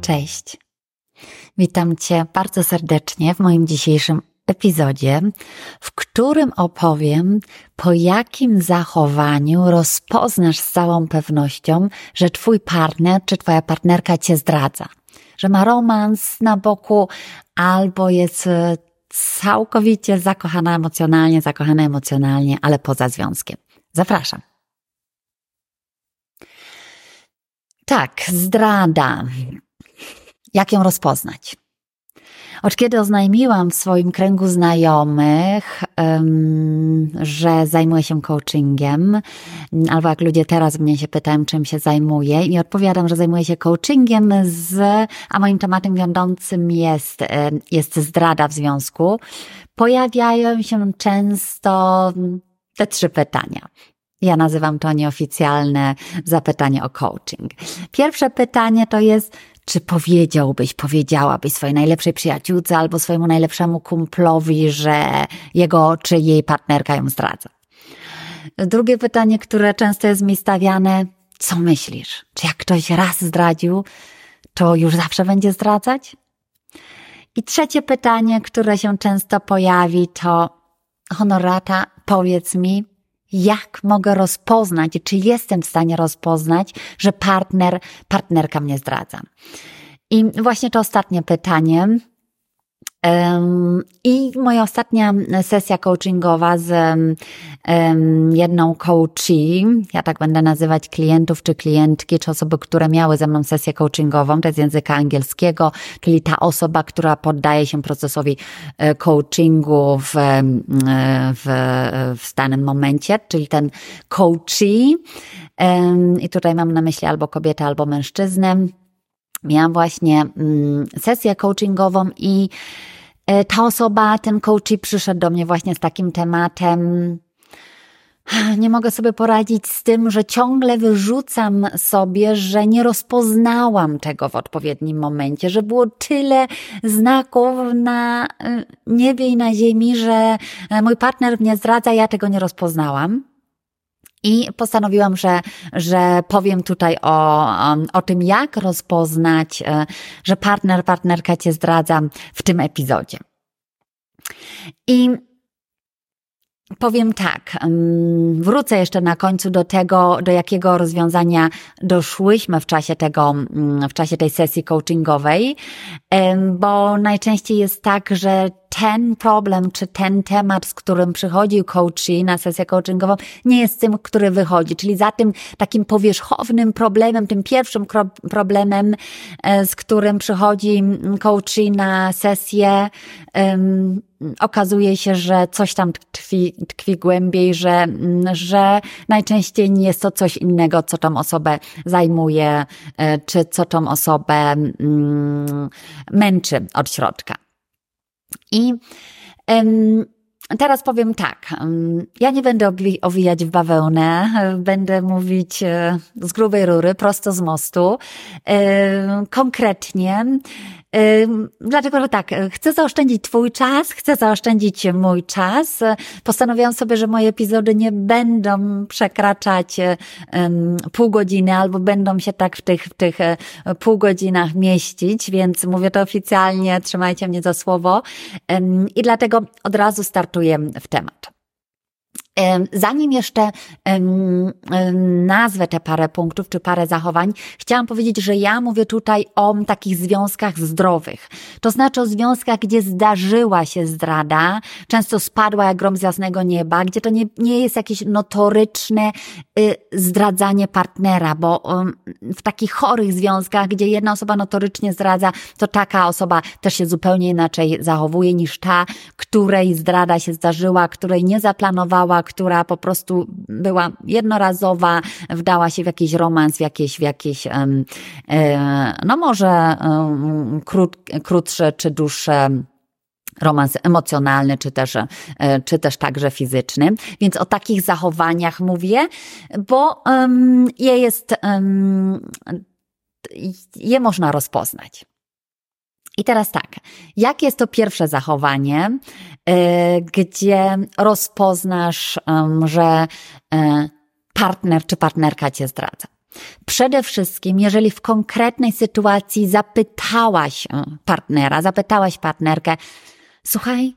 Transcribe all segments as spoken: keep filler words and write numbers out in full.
Cześć. Witam Cię bardzo serdecznie w moim dzisiejszym epizodzie, w którym opowiem, po jakim zachowaniu rozpoznasz z całą pewnością, że Twój partner czy Twoja partnerka Cię zdradza, że ma romans na boku albo jest całkowicie zakochana emocjonalnie, zakochana emocjonalnie, ale poza związkiem. Zapraszam. Tak, zdrada. Jak ją rozpoznać? Od kiedy oznajmiłam w swoim kręgu znajomych, um, że zajmuję się coachingiem, albo jak ludzie teraz mnie się pytają, czym się zajmuję, i odpowiadam, że zajmuję się coachingiem, z, a moim tematem wiodącym jest, jest zdrada w związku, pojawiają się często te trzy pytania. Ja nazywam to nieoficjalne zapytanie o coaching. Pierwsze pytanie to jest, czy powiedziałbyś, powiedziałabyś swojej najlepszej przyjaciółce albo swojemu najlepszemu kumplowi, że jego czy jej partnerka ją zdradza? Drugie pytanie, które często jest mi stawiane, co myślisz? Czy jak ktoś raz zdradził, to już zawsze będzie zdradzać? I trzecie pytanie, które się często pojawi, to Honorata, powiedz mi, jak mogę rozpoznać, czy jestem w stanie rozpoznać, że partner, partnerka mnie zdradza? I właśnie to ostatnie pytanie. Um, I moja ostatnia sesja coachingowa z um, jedną coachee, ja tak będę nazywać klientów czy klientki, czy osoby, które miały ze mną sesję coachingową, to jest z języka angielskiego, czyli ta osoba, która poddaje się procesowi coachingu w, w, w danym momencie, czyli ten coachee. Um, I tutaj mam na myśli albo kobietę, albo mężczyznę. Miałam właśnie mm, sesję coachingową i e, ta osoba, ten coachee przyszedł do mnie właśnie z takim tematem. Nie mogę sobie poradzić z tym, że ciągle wyrzucam sobie, że nie rozpoznałam tego w odpowiednim momencie, że było tyle znaków na niebie i na ziemi, że mój partner mnie zdradza, ja tego nie rozpoznałam. I postanowiłam, że, że powiem tutaj o, o tym, jak rozpoznać, że partner, partnerka Cię zdradza w tym epizodzie. I powiem tak, wrócę jeszcze na końcu do tego, do jakiego rozwiązania doszłyśmy w czasie tego, w czasie tej sesji coachingowej, bo najczęściej jest tak, że ten problem, czy ten temat, z którym przychodził coachee na sesję coachingową, nie jest tym, który wychodzi. Czyli za tym takim powierzchownym problemem, tym pierwszym problemem, z którym przychodzi coachee na sesję, um, okazuje się, że coś tam tkwi, tkwi głębiej, że, że najczęściej nie jest to coś innego, co tą osobę zajmuje, czy co tą osobę um, męczy od środka. I um, teraz powiem tak, um, ja nie będę owijać w bawełnę, będę mówić e, z grubej rury, prosto z mostu, e, konkretnie, e, dlatego, że tak, chcę zaoszczędzić Twój czas, chcę zaoszczędzić mój czas. Postanowiłam sobie, że moje epizody nie będą przekraczać um, pół godziny, albo będą się tak w tych, w tych pół godzinach mieścić, więc mówię to oficjalnie, trzymajcie mnie za słowo um, i dlatego od razu startuję w temat. Zanim jeszcze um, nazwę te parę punktów czy parę zachowań, chciałam powiedzieć, że ja mówię tutaj o takich związkach zdrowych. To znaczy o związkach, gdzie zdarzyła się zdrada, często spadła jak grom z jasnego nieba, gdzie to nie, nie jest jakieś notoryczne y, zdradzanie partnera, bo um, w takich chorych związkach, gdzie jedna osoba notorycznie zdradza, to taka osoba też się zupełnie inaczej zachowuje niż ta, której zdrada się zdarzyła, której nie zaplanowała, która po prostu była jednorazowa, wdała się w jakiś romans, w jakieś, w jakieś um, e, no może um, krót, krótsze czy dłuższe romans emocjonalny, czy też, czy też także fizyczny. Więc o takich zachowaniach mówię, bo um, je jest, um, je można rozpoznać. I teraz tak, jakie jest to pierwsze zachowanie, gdzie rozpoznasz, że partner czy partnerka cię zdradza? Przede wszystkim, jeżeli w konkretnej sytuacji zapytałaś partnera, zapytałaś partnerkę, słuchaj,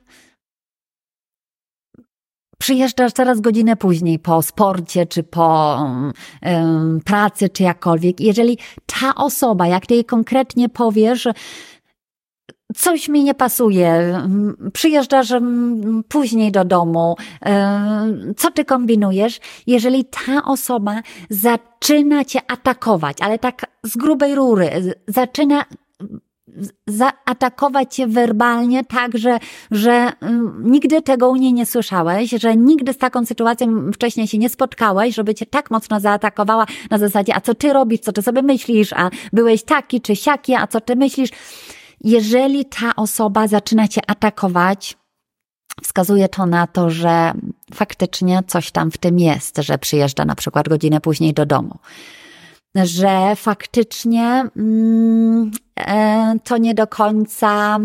przyjeżdżasz teraz godzinę później po sporcie, czy po um, pracy, czy jakkolwiek. Jeżeli ta osoba, jak ty jej konkretnie powiesz, coś mi nie pasuje, przyjeżdżasz później do domu, co ty kombinujesz? Jeżeli ta osoba zaczyna cię atakować, ale tak z grubej rury, zaczyna zaatakować cię werbalnie tak, że, że nigdy tego u niej nie słyszałeś, że nigdy z taką sytuacją wcześniej się nie spotkałeś, żeby cię tak mocno zaatakowała na zasadzie, a co ty robisz, co ty sobie myślisz, a byłeś taki czy siaki, a co ty myślisz? Jeżeli ta osoba zaczyna cię atakować, wskazuje to na to, że faktycznie coś tam w tym jest, że przyjeżdża na przykład godzinę później do domu. Że faktycznie mm, e, to nie do końca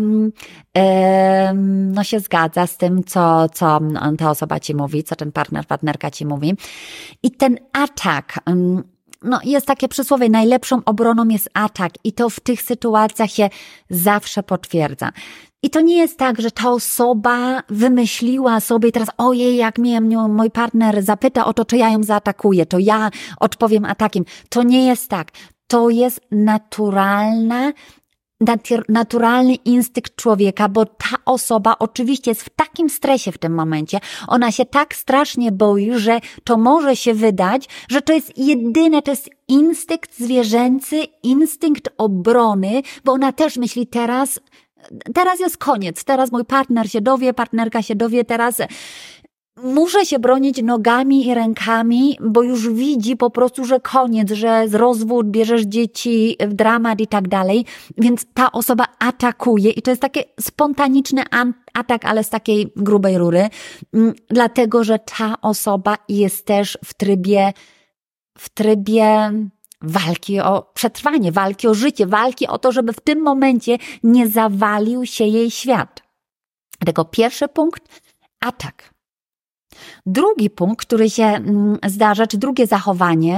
e, no się zgadza z tym, co, co ta osoba ci mówi, co ten partner, partnerka ci mówi. I ten atak, mm, no jest takie przysłowie, najlepszą obroną jest atak i to w tych sytuacjach się zawsze potwierdza. I to nie jest tak, że ta osoba wymyśliła sobie teraz, ojej, jak mnie mój partner zapyta o to, czy ja ją zaatakuję, to ja odpowiem atakiem. To nie jest tak. To jest naturalna, naturalny instynkt człowieka, bo ta osoba oczywiście jest w takim stresie w tym momencie, ona się tak strasznie boi, że to może się wydać, że to jest jedyne, to jest instynkt zwierzęcy, instynkt obrony, bo ona też myśli teraz, teraz jest koniec, teraz mój partner się dowie, partnerka się dowie, teraz muszę się bronić nogami i rękami, bo już widzi po prostu, że koniec, że z rozwód, bierzesz dzieci, w dramat i tak dalej, więc ta osoba atakuje i to jest taki spontaniczny atak, ale z takiej grubej rury, dlatego, że ta osoba jest też w trybie, w trybie walki o przetrwanie, walki o życie, walki o to, żeby w tym momencie nie zawalił się jej świat. Dlatego pierwszy punkt, atak. Drugi punkt, który się zdarza, czy drugie zachowanie,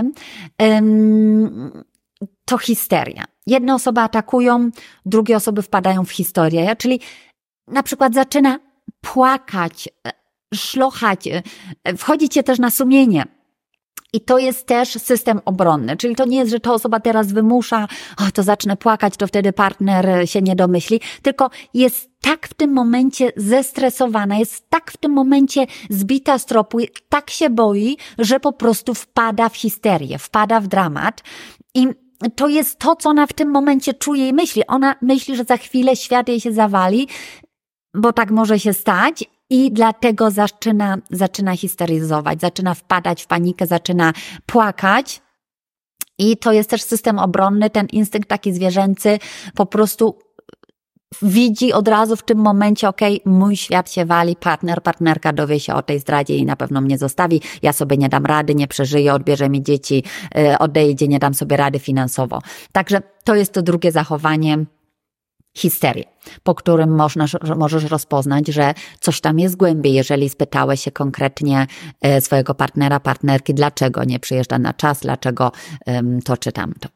to histeria. Jedne osoby atakują, drugie osoby wpadają w histerię, czyli na przykład zaczyna płakać, szlochać, wchodzi cię też na sumienie. I to jest też system obronny, czyli to nie jest, że ta osoba teraz wymusza, o, to zacznę płakać, to wtedy partner się nie domyśli, tylko jest tak w tym momencie zestresowana, jest tak w tym momencie zbita z tropu, tak się boi, że po prostu wpada w histerię, wpada w dramat i to jest to, co ona w tym momencie czuje i myśli. Ona myśli, że za chwilę świat jej się zawali, bo tak może się stać. I dlatego zaczyna, zaczyna histeryzować, zaczyna wpadać w panikę, zaczyna płakać. I to jest też system obronny, ten instynkt taki zwierzęcy po prostu widzi od razu w tym momencie, okej, okay, mój świat się wali, partner, partnerka dowie się o tej zdradzie i na pewno mnie zostawi, ja sobie nie dam rady, nie przeżyję, odbierze mi dzieci, odejdzie, nie dam sobie rady finansowo. Także to jest to drugie zachowanie, histerię, po którym można, możesz rozpoznać, że coś tam jest głębiej, jeżeli spytałeś się konkretnie swojego partnera, partnerki, dlaczego nie przyjeżdża na czas, dlaczego to czy tamto.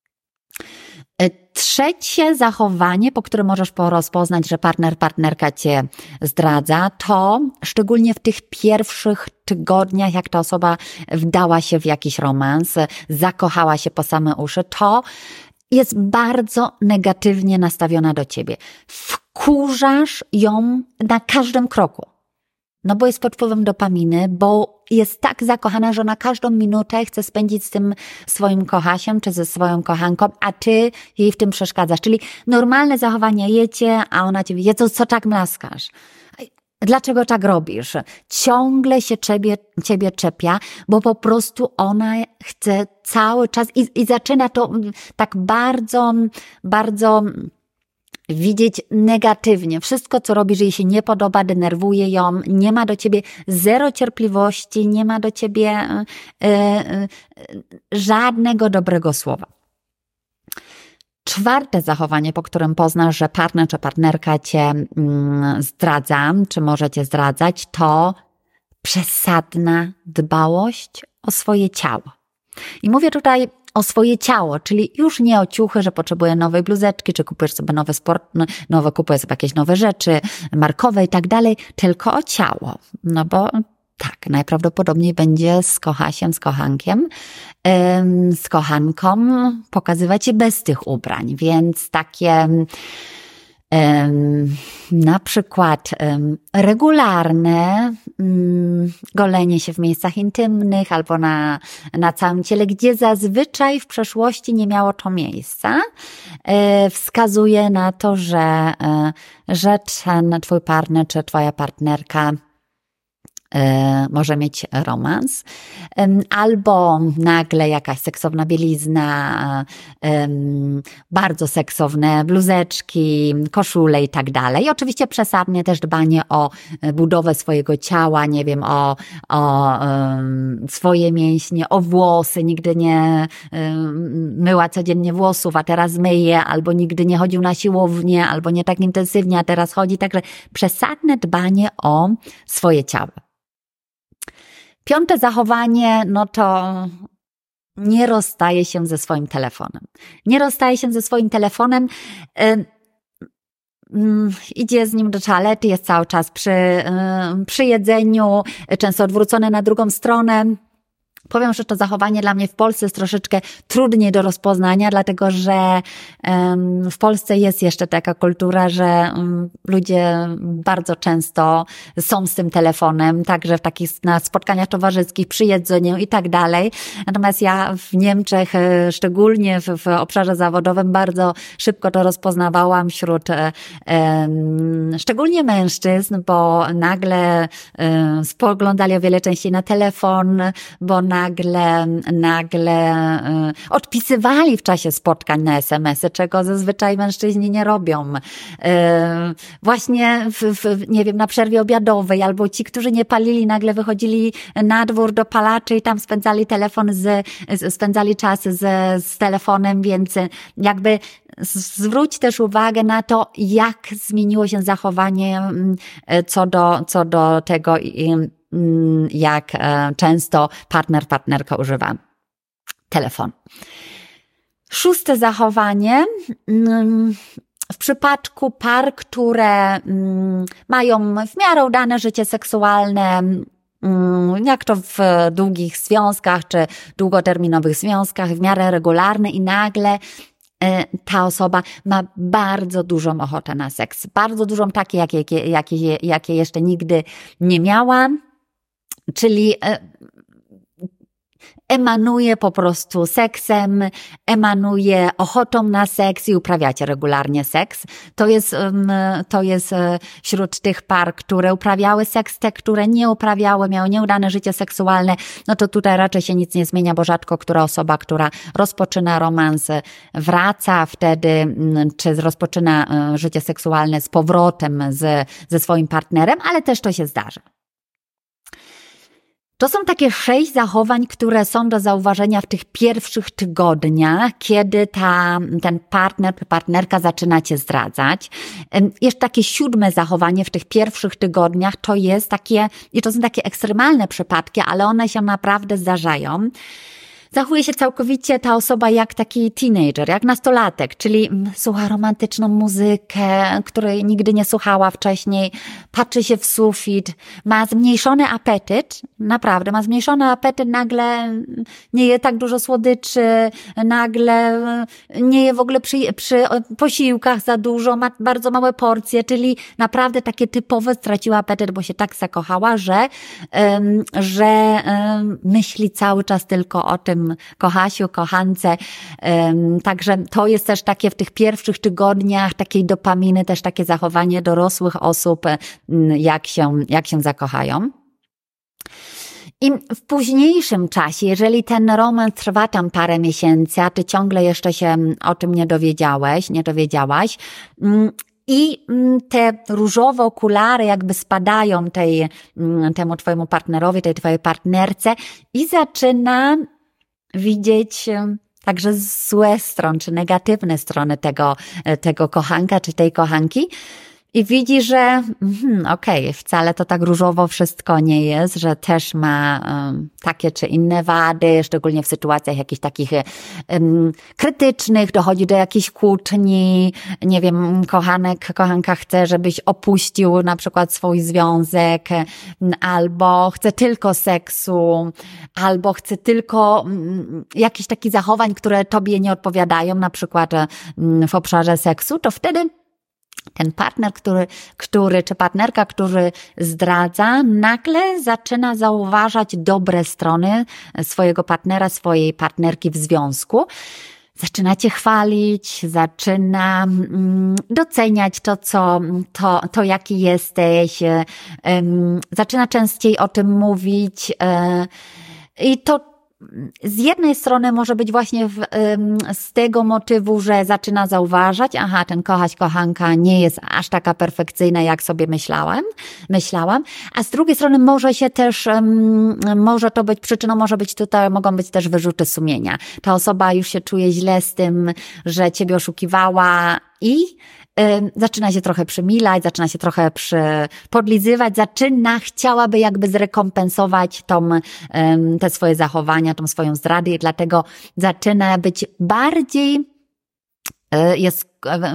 Trzecie zachowanie, po którym możesz rozpoznać, że partner, partnerka cię zdradza, to szczególnie w tych pierwszych tygodniach, jak ta osoba wdała się w jakiś romans, zakochała się po same uszy, to jest bardzo negatywnie nastawiona do ciebie. Wkurzasz ją na każdym kroku. No bo jest pod wpływem dopaminy, bo jest tak zakochana, że na każdą minutę chce spędzić z tym swoim kochasiem czy ze swoją kochanką, a ty jej w tym przeszkadzasz. Czyli normalne zachowanie jecie, a ona ciebie, Jezu, co tak mlaskasz? Dlaczego tak robisz? Ciągle się ciebie, ciebie czepia, bo po prostu ona chce cały czas i, i zaczyna to tak bardzo, bardzo widzieć negatywnie. Wszystko, co robisz, jej się nie podoba, denerwuje ją, nie ma do ciebie zero cierpliwości, nie ma do ciebie y, y, żadnego dobrego słowa. Czwarte zachowanie, po którym poznasz, że partner czy partnerka cię zdradza, czy może cię zdradzać, to przesadna dbałość o swoje ciało. I mówię tutaj o swoje ciało, czyli już nie o ciuchy, że potrzebuję nowej bluzeczki, czy kupujesz sobie nowe sport, nowe, kupujesz sobie jakieś nowe rzeczy, markowe i tak dalej, tylko o ciało. No bo tak, najprawdopodobniej będzie z kochasiem, z kochankiem, ym, z kochanką pokazywać się bez tych ubrań, więc takie ym, na przykład ym, regularne ym, golenie się w miejscach intymnych albo na, na całym ciele, gdzie zazwyczaj w przeszłości nie miało to miejsca, yy, wskazuje na to, że, yy, że ten twój partner czy twoja partnerka może mieć romans, albo nagle jakaś seksowna bielizna, bardzo seksowne bluzeczki, koszule i tak dalej. I oczywiście przesadnie też dbanie o budowę swojego ciała, nie wiem, o, o swoje mięśnie, o włosy, nigdy nie myła codziennie włosów, a teraz myje, albo nigdy nie chodził na siłownię, albo nie tak intensywnie, a teraz chodzi, także przesadne dbanie o swoje ciało. Piąte zachowanie, no to nie rozstaje się ze swoim telefonem. Nie rozstaje się ze swoim telefonem, yy, yy, idzie z nim do toalety, jest cały czas przy, yy, przy jedzeniu, często odwrócony na drugą stronę. Powiem, że to zachowanie dla mnie w Polsce jest troszeczkę trudniej do rozpoznania, dlatego że um, w Polsce jest jeszcze taka kultura, że um, ludzie bardzo często są z tym telefonem, także w takich na spotkaniach towarzyskich, przy jedzeniu i tak dalej. Natomiast ja w Niemczech, szczególnie w, w obszarze zawodowym, bardzo szybko to rozpoznawałam wśród um, szczególnie mężczyzn, bo nagle um, spoglądali o wiele częściej na telefon, bo nagle, nagle y, odpisywali w czasie spotkań na es em esy, czego zazwyczaj mężczyźni nie robią. Y, właśnie w, w, nie wiem, na przerwie obiadowej, albo ci, którzy nie palili, nagle wychodzili na dwór do palaczy i tam spędzali telefon z, z spędzali czas z, z telefonem, więc jakby zwróć też uwagę na to, jak zmieniło się zachowanie co do, co do tego, jak często partner, partnerka używa telefonu. Szóste zachowanie. W przypadku par, które mają w miarę udane życie seksualne, jak to w długich związkach czy długoterminowych związkach, w miarę regularne i nagle ta osoba ma bardzo dużą ochotę na seks. Bardzo dużą, takie, jakie, jakie, jakie jeszcze nigdy nie miała. Czyli emanuje po prostu seksem, emanuje ochotą na seks i uprawiacie regularnie seks. To jest, to jest wśród tych par, które uprawiały seks, te, które nie uprawiały, miały nieudane życie seksualne, no to tutaj raczej się nic nie zmienia, bo rzadko która osoba, która rozpoczyna romans, wraca wtedy, czy rozpoczyna życie seksualne z powrotem z, ze swoim partnerem, ale też to się zdarza. To są takie sześć zachowań, które są do zauważenia w tych pierwszych tygodniach, kiedy ta, ten partner, partnerka zaczyna cię zdradzać. Jeszcze takie siódme zachowanie w tych pierwszych tygodniach to jest takie, i to są takie ekstremalne przypadki, ale one się naprawdę zdarzają. Zachowuje się całkowicie ta osoba jak taki teenager, jak nastolatek, czyli słucha romantyczną muzykę, której nigdy nie słuchała wcześniej, patrzy się w sufit, ma zmniejszony apetyt, naprawdę ma zmniejszony apetyt, nagle nie je tak dużo słodyczy, nagle nie je w ogóle przy, przy posiłkach za dużo, ma bardzo małe porcje, czyli naprawdę takie typowe straciła apetyt, bo się tak zakochała, że, um, że um, myśli cały czas tylko o tym, kochasiu, kochance. Także to jest też takie w tych pierwszych tygodniach takiej dopaminy, też takie zachowanie dorosłych osób, jak się, jak się zakochają. I w późniejszym czasie, jeżeli ten romans trwa tam parę miesięcy, a ty ciągle jeszcze się o tym nie dowiedziałeś, nie dowiedziałaś, i te różowe okulary jakby spadają tej, temu twojemu partnerowi, tej twojej partnerce i zaczyna widzieć także złe strony, czy negatywne strony tego, tego kochanka, czy tej kochanki, I widzi, że hmm, okej, okay, wcale to tak różowo wszystko nie jest, że też ma um, takie czy inne wady, szczególnie w sytuacjach jakichś takich um, krytycznych, dochodzi do jakiejś kłótni, nie wiem, kochanek, kochanka chce, żebyś opuścił na przykład swój związek, albo chce tylko seksu, albo chce tylko um, jakichś takich zachowań, które tobie nie odpowiadają, na przykład um, w obszarze seksu, to wtedy ten partner, który, który, czy partnerka, który zdradza, nagle zaczyna zauważać dobre strony swojego partnera, swojej partnerki w związku. Zaczyna cię chwalić, zaczyna mm, doceniać to, co, to, to jaki jesteś, ym, zaczyna częściej o tym mówić yy, i to z jednej strony może być właśnie w, z tego motywu, że zaczyna zauważać, aha, ten kochać, kochanka nie jest aż taka perfekcyjna, jak sobie myślałem, myślałam, a z drugiej strony może się też, może to być przyczyną, może być tutaj, mogą być też wyrzuty sumienia. Ta osoba już się czuje źle z tym, że ciebie oszukiwała i zaczyna się trochę przymilać, zaczyna się trochę przy, podlizywać, zaczyna, chciałaby jakby zrekompensować tą, te swoje zachowania, tą swoją zdradę i dlatego zaczyna być bardziej, jest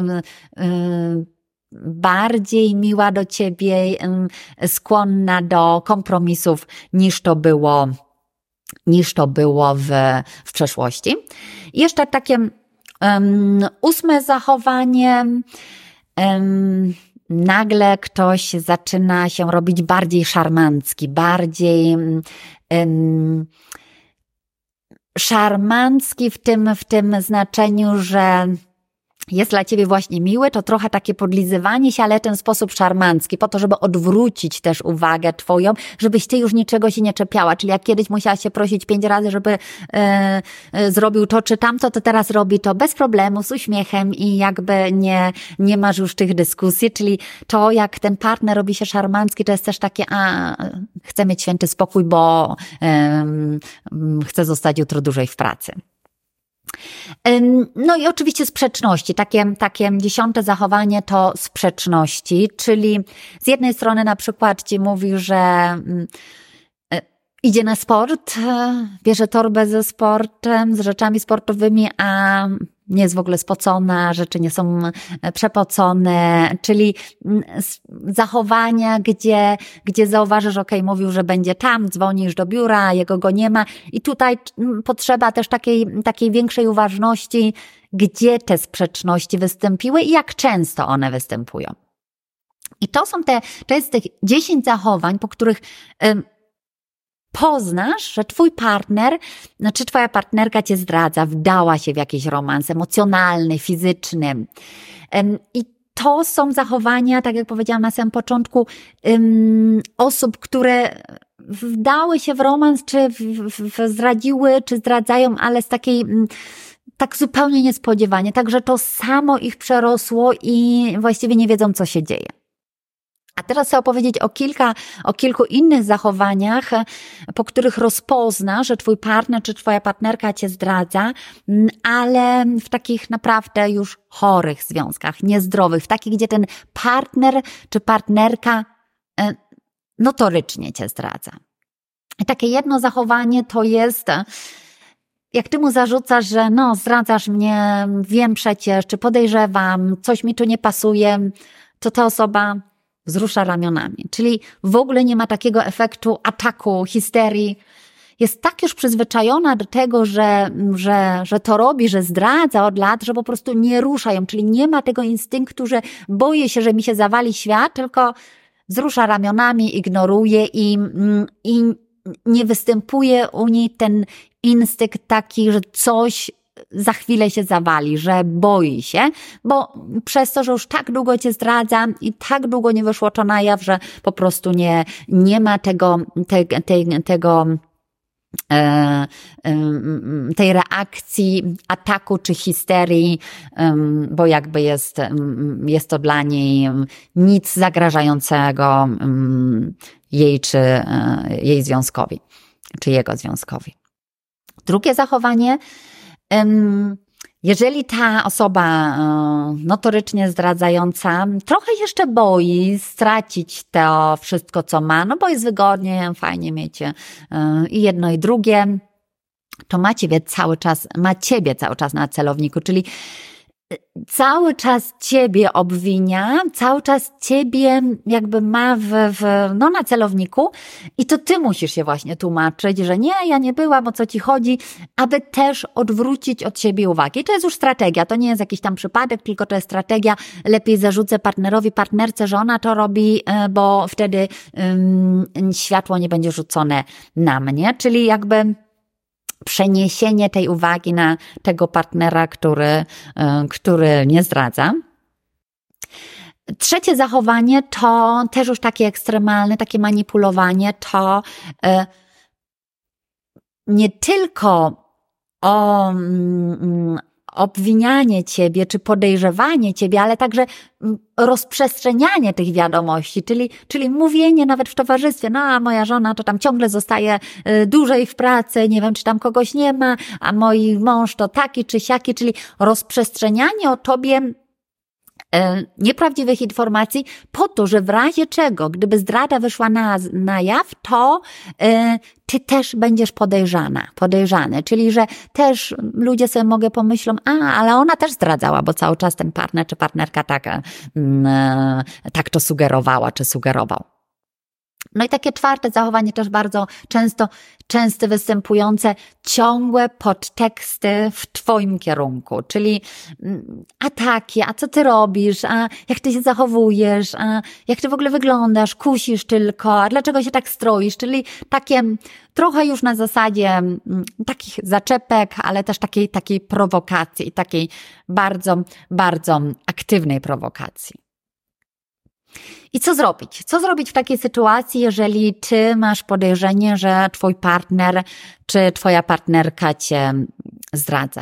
bardziej miła do ciebie, skłonna do kompromisów niż to było, niż to było w, w przeszłości. I jeszcze takie Um, ósme zachowanie, um, nagle ktoś zaczyna się robić bardziej szarmancki, bardziej um, szarmancki w tym, w tym znaczeniu, że jest dla ciebie właśnie miły, to trochę takie podlizywanie się, ale w ten sposób szarmancki, po to, żeby odwrócić też uwagę twoją, żebyś ty już niczego się nie czepiała. Czyli jak kiedyś musiałaś się prosić pięć razy, żeby e, e, zrobił to czy tamto, to teraz robi to bez problemu, z uśmiechem i jakby nie, nie masz już tych dyskusji. Czyli to, jak ten partner robi się szarmancki, to jest też takie, a chcę mieć święty spokój, bo e, chcę zostać jutro dłużej w pracy. No i oczywiście sprzeczności. Takie, takie dziesiąte zachowanie to sprzeczności, czyli z jednej strony na przykład ci mówi, że idzie na sport, bierze torbę ze sportem, z rzeczami sportowymi, a nie jest w ogóle spocona, rzeczy nie są przepocone, czyli zachowania, gdzie, gdzie zauważysz, okej, okay, mówił, że będzie tam, dzwonisz do biura, jego go nie ma i tutaj potrzeba też takiej, takiej większej uważności, gdzie te sprzeczności wystąpiły i jak często one występują. I to są te, to jest tych dziesięć zachowań, po których ym, poznasz, że twój partner, znaczy twoja partnerka cię zdradza, wdała się w jakiś romans emocjonalny, fizyczny. I to są zachowania, tak jak powiedziałam na samym początku, um, osób, które wdały się w romans, czy w, w, w zdradziły, czy zdradzają, ale z takiej tak zupełnie niespodziewanie. Także to samo ich przerosło i właściwie nie wiedzą, co się dzieje. A teraz chcę opowiedzieć o kilka, o kilku innych zachowaniach, po których rozpozna, że twój partner czy twoja partnerka cię zdradza, ale w takich naprawdę już chorych związkach, niezdrowych, w takich, gdzie ten partner czy partnerka notorycznie cię zdradza. I takie jedno zachowanie to jest, jak ty mu zarzucasz, że no zdradzasz mnie, wiem przecież, czy podejrzewam, coś mi tu nie pasuje, to ta osoba wzrusza ramionami. Czyli w ogóle nie ma takiego efektu ataku, histerii. Jest tak już przyzwyczajona do tego, że, że, że to robi, że zdradza od lat, że po prostu nie rusza ją. Czyli nie ma tego instynktu, że boję się, że mi się zawali świat, tylko wzrusza ramionami, ignoruje i, i nie występuje u niej ten instynkt taki, że coś za chwilę się zawali, że boi się, bo przez to, że już tak długo cię zdradza i tak długo nie wyszło to na jaw, że po prostu nie, nie ma tego, te, te, tego e, e, tej reakcji, ataku czy histerii, e, bo jakby jest, jest to dla niej nic zagrażającego e, jej czy e, jej związkowi, czy jego związkowi. Drugie zachowanie Jeżeli ta osoba notorycznie zdradzająca trochę jeszcze boi stracić to wszystko, co ma, no bo jest wygodnie, fajnie mieć i jedno i drugie, to ma ciebie cały czas, ma ciebie cały czas na celowniku, czyli cały czas ciebie obwinia, cały czas ciebie jakby ma w, w, no na celowniku i to ty musisz się właśnie tłumaczyć, że nie, ja nie byłam, o co ci chodzi, aby też odwrócić od siebie uwagę. I to jest już strategia, to nie jest jakiś tam przypadek, tylko to jest strategia. Lepiej zarzucę partnerowi, partnerce, że ona to robi, bo wtedy um, światło nie będzie rzucone na mnie, czyli jakby przeniesienie tej uwagi na tego partnera, który, który nie zdradza. Trzecie zachowanie to też już takie ekstremalne, takie manipulowanie, to nie tylko o obwinianie ciebie, czy podejrzewanie ciebie, ale także rozprzestrzenianie tych wiadomości, czyli, czyli mówienie nawet w towarzystwie, no a moja żona to tam ciągle zostaje dłużej w pracy, nie wiem, czy tam kogoś nie ma, a mój mąż to taki czy siaki, czyli rozprzestrzenianie o tobie nieprawdziwych informacji po to, że w razie czego, gdyby zdrada wyszła na, na jaw, to y, ty też będziesz podejrzana, podejrzany, czyli że też ludzie sobie mogę pomyślą, a, ale ona też zdradzała, bo cały czas ten partner czy partnerka tak, y, y, tak to sugerowała czy sugerował. No i takie czwarte zachowanie też bardzo często, często występujące, ciągłe podteksty w twoim kierunku, czyli ataki, a co ty robisz, a jak ty się zachowujesz, a jak ty w ogóle wyglądasz, kusisz tylko, a dlaczego się tak stroisz, czyli takie trochę już na zasadzie takich zaczepek, ale też takiej, takiej prowokacji, takiej bardzo, bardzo aktywnej prowokacji. I co zrobić? Co zrobić w takiej sytuacji, jeżeli ty masz podejrzenie, że twój partner czy twoja partnerka cię zdradza?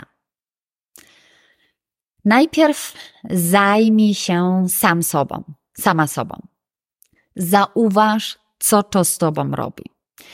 Najpierw zajmij się sam sobą, sama sobą. Zauważ, co to z tobą robi.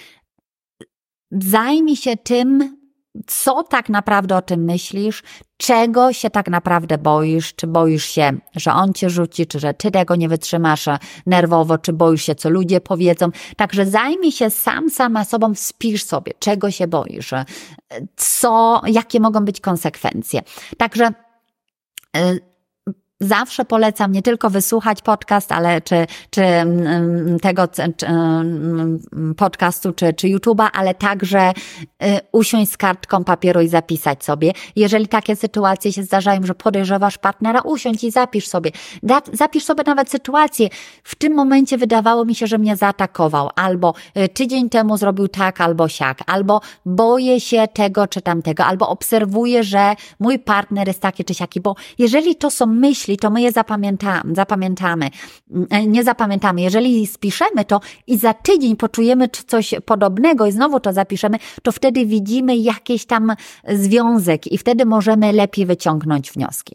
Zajmij się tym, co tak naprawdę o tym myślisz, czego się tak naprawdę boisz, czy boisz się, że on cię rzuci, czy że ty tego nie wytrzymasz nerwowo, czy boisz się, co ludzie powiedzą. Także zajmij się sam, sama sobą, wspisz sobie, czego się boisz, co, jakie mogą być konsekwencje. Także yy, zawsze polecam nie tylko wysłuchać podcast, ale czy, czy tego czy, podcastu, czy, czy YouTube'a, ale także usiąść z kartką papieru i zapisać sobie. Jeżeli takie sytuacje się zdarzają, że podejrzewasz partnera, usiądź i zapisz sobie. Da, zapisz sobie nawet sytuację. W tym momencie wydawało mi się, że mnie zaatakował, albo tydzień temu zrobił tak, albo siak, albo boję się tego czy tamtego, albo obserwuję, że mój partner jest taki czy siaki, bo jeżeli to są myśli, to my je zapamiętamy, zapamiętamy, nie zapamiętamy. Jeżeli spiszemy to i za tydzień poczujemy coś podobnego i znowu to zapiszemy, to wtedy widzimy jakiś tam związek i wtedy możemy lepiej wyciągnąć wnioski.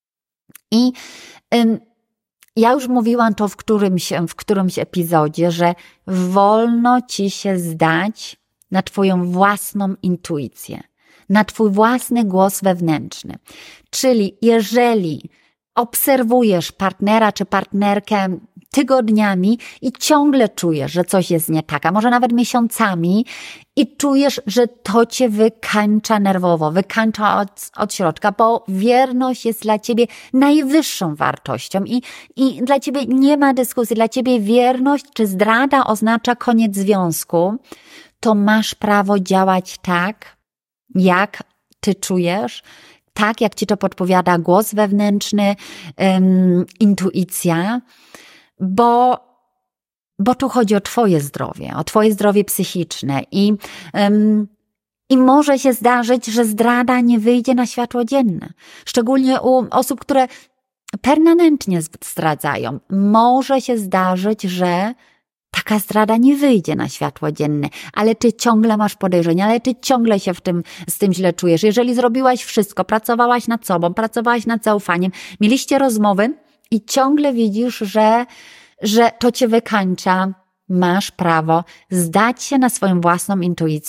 I ym, ja już mówiłam to w którymś, w którymś epizodzie, że wolno ci się zdać na twoją własną intuicję, na twój własny głos wewnętrzny. Czyli jeżeli obserwujesz partnera czy partnerkę tygodniami i ciągle czujesz, że coś jest nie tak, a może nawet miesiącami i czujesz, że to cię wykańcza nerwowo, wykańcza od, od środka, bo wierność jest dla ciebie najwyższą wartością i, i dla ciebie nie ma dyskusji, dla ciebie wierność czy zdrada oznacza koniec związku, to masz prawo działać tak, jak ty czujesz, tak jak ci to podpowiada głos wewnętrzny, um, intuicja, bo, bo tu chodzi o twoje zdrowie, o twoje zdrowie psychiczne i, um, i może się zdarzyć, że zdrada nie wyjdzie na światło dzienne. Szczególnie u osób, które permanentnie zdradzają. Może się zdarzyć, że taka zdrada nie wyjdzie na światło dzienne, ale ty ciągle masz podejrzenia, ale ty ciągle się w tym, z tym źle czujesz. Jeżeli zrobiłaś wszystko, pracowałaś nad sobą, pracowałaś nad zaufaniem, mieliście rozmowy i ciągle widzisz, że, że to cię wykańcza, masz prawo zdać się na swoją własną intuicję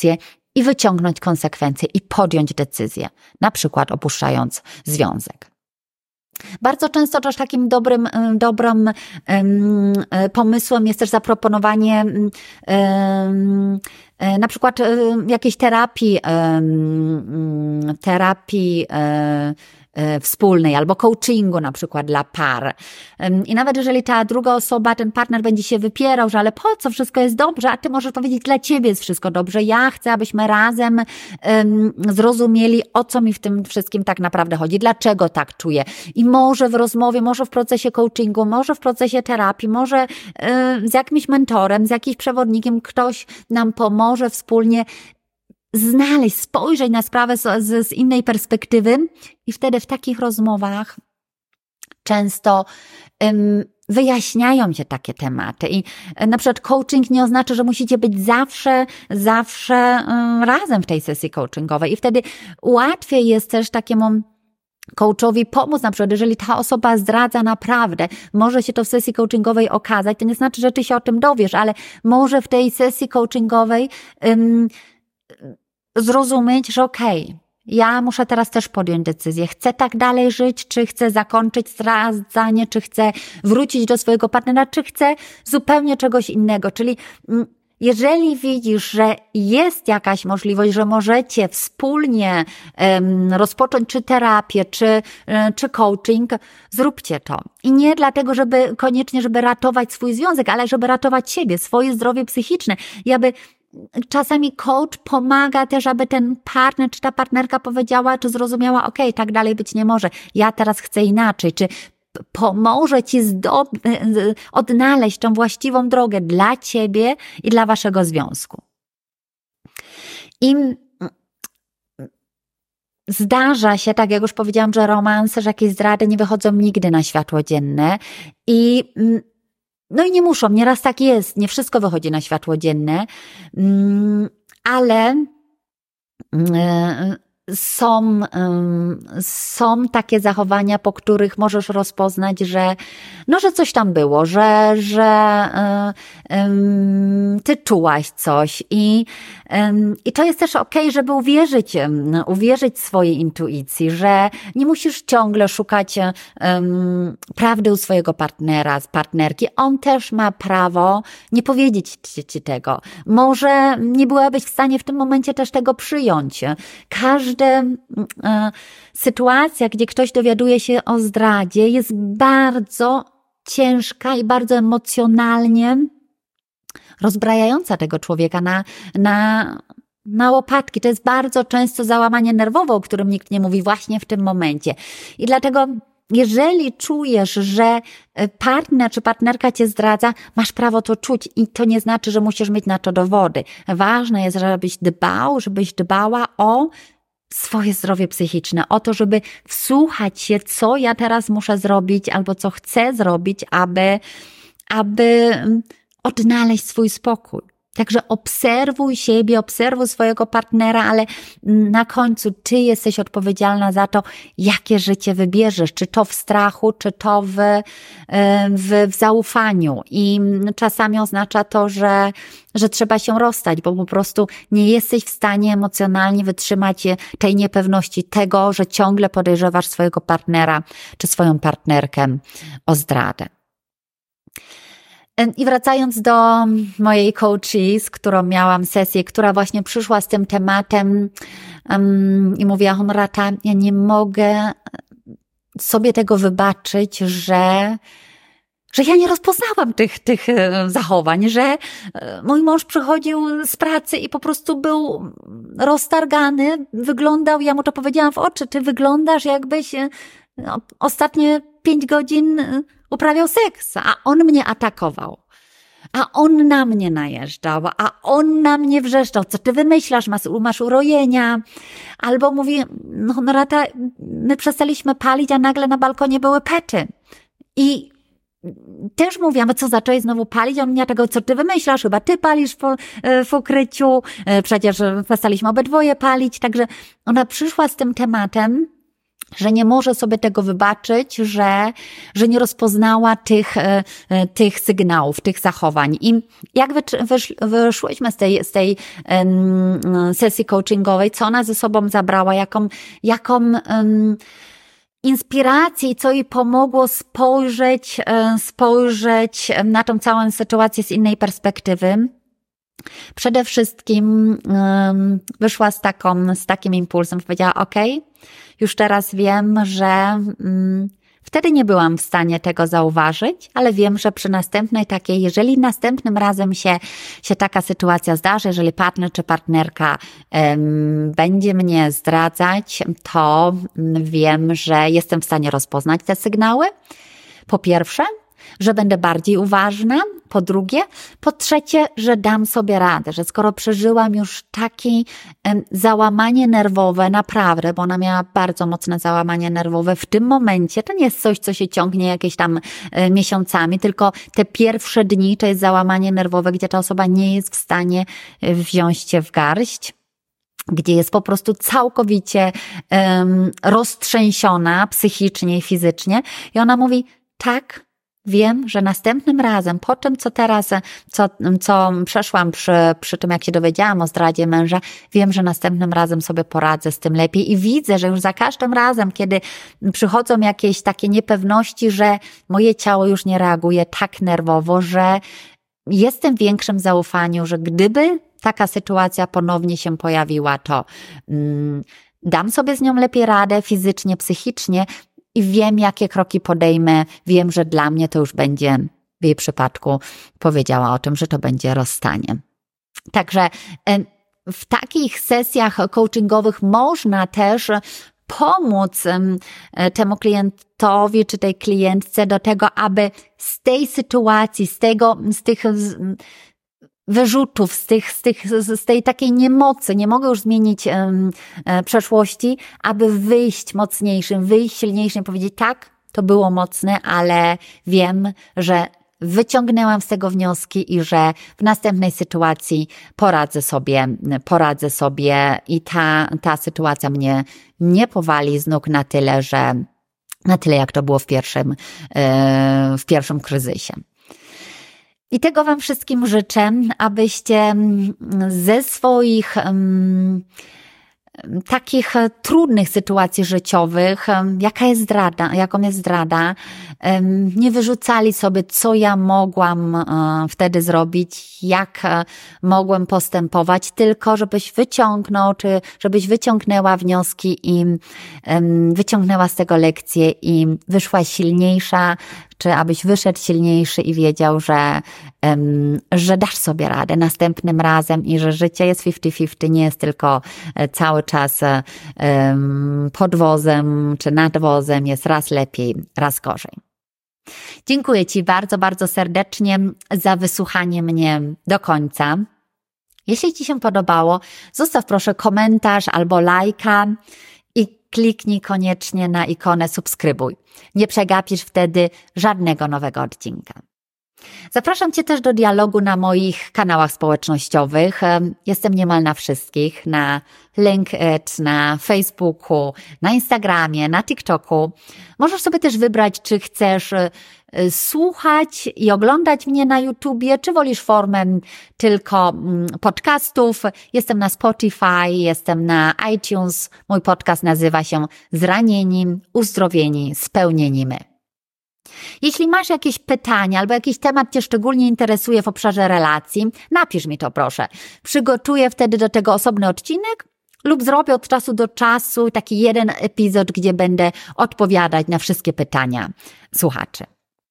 i wyciągnąć konsekwencje i podjąć decyzję, na przykład opuszczając związek. Bardzo często też takim dobrym, dobrym um, pomysłem jest też zaproponowanie um, na przykład jakiejś terapii, um, terapii um, wspólnej albo coachingu na przykład dla par. I nawet jeżeli ta druga osoba, ten partner będzie się wypierał, że ale po co, wszystko jest dobrze, a ty możesz powiedzieć, dla ciebie jest wszystko dobrze, ja chcę, abyśmy razem um, zrozumieli, o co mi w tym wszystkim tak naprawdę chodzi, dlaczego tak czuję. I może w rozmowie, może w procesie coachingu, może w procesie terapii, może y, z jakimś mentorem, z jakimś przewodnikiem ktoś nam pomoże wspólnie znaleźć, spojrzeć na sprawę z, z, z innej perspektywy i wtedy w takich rozmowach często um, wyjaśniają się takie tematy i na przykład coaching nie oznacza, że musicie być zawsze, zawsze um, razem w tej sesji coachingowej i wtedy łatwiej jest też takiemu coachowi pomóc, na przykład jeżeli ta osoba zdradza naprawdę, może się to w sesji coachingowej okazać, to nie znaczy, że ty się o tym dowiesz, ale może w tej sesji coachingowej um, zrozumieć, że okej, okay, ja muszę teraz też podjąć decyzję. Chcę tak dalej żyć, czy chcę zakończyć zdradzanie, czy chcę wrócić do swojego partnera, czy chcę zupełnie czegoś innego. Czyli jeżeli widzisz, że jest jakaś możliwość, że możecie wspólnie um, rozpocząć czy terapię, czy, czy coaching, zróbcie to. I nie dlatego, żeby koniecznie, żeby ratować swój związek, ale żeby ratować siebie, swoje zdrowie psychiczne. I aby czasami coach pomaga też, aby ten partner czy ta partnerka powiedziała, czy zrozumiała, okej, okay, tak dalej być nie może, ja teraz chcę inaczej, czy pomoże ci zdob- odnaleźć tą właściwą drogę dla ciebie i dla waszego związku. I zdarza się, tak jak już powiedziałam, że romanse, że jakieś zdrady nie wychodzą nigdy na światło dzienne i no i nie muszą, nieraz tak jest, nie wszystko wychodzi na światło dzienne, ale są, są takie zachowania, po których możesz rozpoznać, że no, że coś tam było, że, że um, ty czułaś coś i, um, i to jest też okej, okay, żeby uwierzyć, um, uwierzyć swojej intuicji, że nie musisz ciągle szukać um, prawdy u swojego partnera, partnerki. On też ma prawo nie powiedzieć ci, ci tego. Może nie byłabyś w stanie w tym momencie też tego przyjąć. Każda e, sytuacja, gdzie ktoś dowiaduje się o zdradzie, jest bardzo ciężka i bardzo emocjonalnie rozbrajająca tego człowieka na, na, na łopatki. To jest bardzo często załamanie nerwowe, o którym nikt nie mówi właśnie w tym momencie. I dlatego jeżeli czujesz, że partner czy partnerka cię zdradza, masz prawo to czuć i to nie znaczy, że musisz mieć na to dowody. Ważne jest, żebyś dbał, żebyś dbała o swoje zdrowie psychiczne, o to, żeby wsłuchać się, co ja teraz muszę zrobić albo co chcę zrobić, aby, aby odnaleźć swój spokój. Także obserwuj siebie, obserwuj swojego partnera, ale na końcu ty jesteś odpowiedzialna za to, jakie życie wybierzesz, czy to w strachu, czy to w, w, w zaufaniu. I czasami oznacza to, że, że trzeba się rozstać, bo po prostu nie jesteś w stanie emocjonalnie wytrzymać tej niepewności, tego, że ciągle podejrzewasz swojego partnera, czy swoją partnerkę o zdradę. I wracając do mojej coachee, z którą miałam sesję, która właśnie przyszła z tym tematem um, i mówiła: Honorata, ja nie mogę sobie tego wybaczyć, że, że ja nie rozpoznałam tych, tych zachowań, że mój mąż przychodził z pracy i po prostu był roztargany, wyglądał, ja mu to powiedziałam w oczy, ty wyglądasz jakbyś no, ostatnie pięć godzin uprawiał seks, a on mnie atakował, a on na mnie najeżdżał, a on na mnie wrzeszczał, co ty wymyślasz, masz, masz urojenia, albo mówi, no Honorata, my przestaliśmy palić, a nagle na balkonie były pety i też mówiłam, co zacząłeś znowu palić, on mnie tego, co ty wymyślasz, chyba ty palisz po, w ukryciu, przecież przestaliśmy obydwoje palić, także ona przyszła z tym tematem że nie może sobie tego wybaczyć, że, że nie rozpoznała tych, tych sygnałów, tych zachowań. I jak wysz, wyszłyśmy z tej, z tej um, sesji coachingowej, co ona ze sobą zabrała, jaką, jaką um, inspirację, co jej pomogło spojrzeć, spojrzeć na tą całą sytuację z innej perspektywy. Przede wszystkim um, wyszła z, taką, z takim impulsem, powiedziała, ok, już teraz wiem, że um, wtedy nie byłam w stanie tego zauważyć, ale wiem, że przy następnej takiej, jeżeli następnym razem się, się taka sytuacja zdarzy, jeżeli partner czy partnerka um, będzie mnie zdradzać, to wiem, że jestem w stanie rozpoznać te sygnały. Po pierwsze, że będę bardziej uważna, po drugie, po trzecie, że dam sobie radę, że skoro przeżyłam już takie um, załamanie nerwowe, naprawdę, bo ona miała bardzo mocne załamanie nerwowe w tym momencie, to nie jest coś, co się ciągnie jakieś tam e, miesiącami, tylko te pierwsze dni to jest załamanie nerwowe, gdzie ta osoba nie jest w stanie wziąć się w garść, gdzie jest po prostu całkowicie um, roztrzęsiona psychicznie i fizycznie i ona mówi, tak, wiem, że następnym razem, po tym, co teraz, co, co przeszłam przy, przy tym, jak się dowiedziałam o zdradzie męża, wiem, że następnym razem sobie poradzę z tym lepiej i widzę, że już za każdym razem, kiedy przychodzą jakieś takie niepewności, że moje ciało już nie reaguje tak nerwowo, że jestem w większym zaufaniu, że gdyby taka sytuacja ponownie się pojawiła, to mm, dam sobie z nią lepiej radę fizycznie, psychicznie, i wiem, jakie kroki podejmę, wiem, że dla mnie to już będzie, w jej przypadku powiedziała o tym, że to będzie rozstanie. Także w takich sesjach coachingowych można też pomóc temu klientowi czy tej klientce do tego, aby z tej sytuacji, z tego, z tych wyrzutów, z, tych, z, tych, z tej takiej niemocy, nie mogę już zmienić um, e, przeszłości, aby wyjść mocniejszym, wyjść silniejszym, powiedzieć tak, to było mocne, ale wiem, że wyciągnęłam z tego wnioski i że w następnej sytuacji poradzę sobie, poradzę sobie i ta, ta sytuacja mnie nie powali z nóg na tyle, że na tyle jak to było w pierwszym, e, w pierwszym kryzysie. I tego Wam wszystkim życzę, abyście ze swoich um, takich trudnych sytuacji życiowych, jaka jest zdrada, jaką jest zdrada, um, nie wyrzucali sobie, co ja mogłam um, wtedy zrobić, jak um, mogłem postępować, tylko żebyś wyciągnął, czy żebyś wyciągnęła wnioski i um, wyciągnęła z tego lekcje i wyszła silniejsza, czy abyś wyszedł silniejszy i wiedział, że, um, że dasz sobie radę następnym razem i że życie jest pięćdziesiąt pięćdziesiąt, nie jest tylko cały czas um, pod wozem czy nad wozem, jest raz lepiej, raz gorzej. Dziękuję Ci bardzo, bardzo serdecznie za wysłuchanie mnie do końca. Jeśli Ci się podobało, zostaw proszę komentarz albo lajka i kliknij koniecznie na ikonę subskrybuj. Nie przegapisz wtedy żadnego nowego odcinka. Zapraszam Cię też do dialogu na moich kanałach społecznościowych. Jestem niemal na wszystkich, na LinkedIn, na Facebooku, na Instagramie, na TikToku. Możesz sobie też wybrać, czy chcesz słuchać i oglądać mnie na YouTubie, czy wolisz formę tylko podcastów. Jestem na Spotify, jestem na iTunes. Mój podcast nazywa się Zranieni, Uzdrowieni, Spełnieni My. Jeśli masz jakieś pytania albo jakiś temat Cię szczególnie interesuje w obszarze relacji, napisz mi to proszę. Przygotuję wtedy do tego osobny odcinek lub zrobię od czasu do czasu taki jeden epizod, gdzie będę odpowiadać na wszystkie pytania słuchaczy.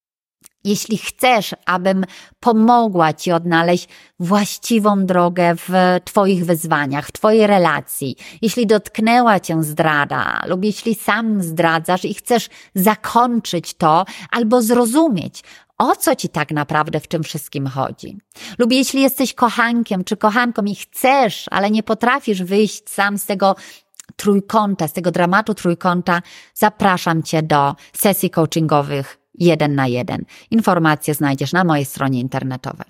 Jeśli chcesz, abym pomogła Ci odnaleźć właściwą drogę w Twoich wyzwaniach, w Twojej relacji, jeśli dotknęła Cię zdrada lub jeśli sam zdradzasz i chcesz zakończyć to albo zrozumieć, o co Ci tak naprawdę w tym wszystkim chodzi. Lub jeśli jesteś kochankiem czy kochanką i chcesz, ale nie potrafisz wyjść sam z tego trójkąta, z tego dramatu trójkąta, zapraszam Cię do sesji coachingowych jeden na jeden. Informacje znajdziesz na mojej stronie internetowej.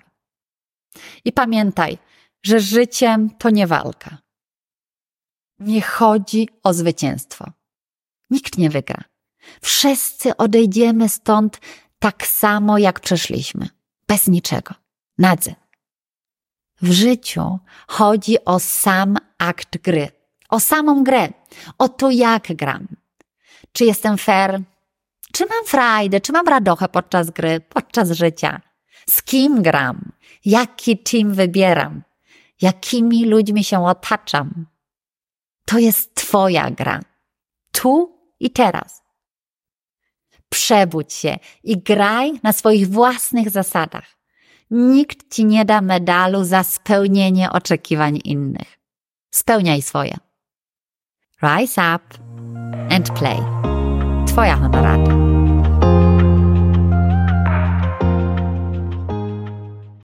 I pamiętaj, że życie to nie walka. Nie chodzi o zwycięstwo. Nikt nie wygra. Wszyscy odejdziemy stąd tak samo, jak przyszliśmy. Bez niczego. Nadzy. W życiu chodzi o sam akt gry. O samą grę. O to, jak gram. Czy jestem fair? Czy mam frajdę? Czy mam radochę podczas gry? Podczas życia? Z kim gram? Jaki team wybieram? Jakimi ludźmi się otaczam? To jest twoja gra. Tu i teraz. Przebudź się i graj na swoich własnych zasadach. Nikt ci nie da medalu za spełnienie oczekiwań innych. Spełniaj swoje. Rise up and play. Twoja Honorata.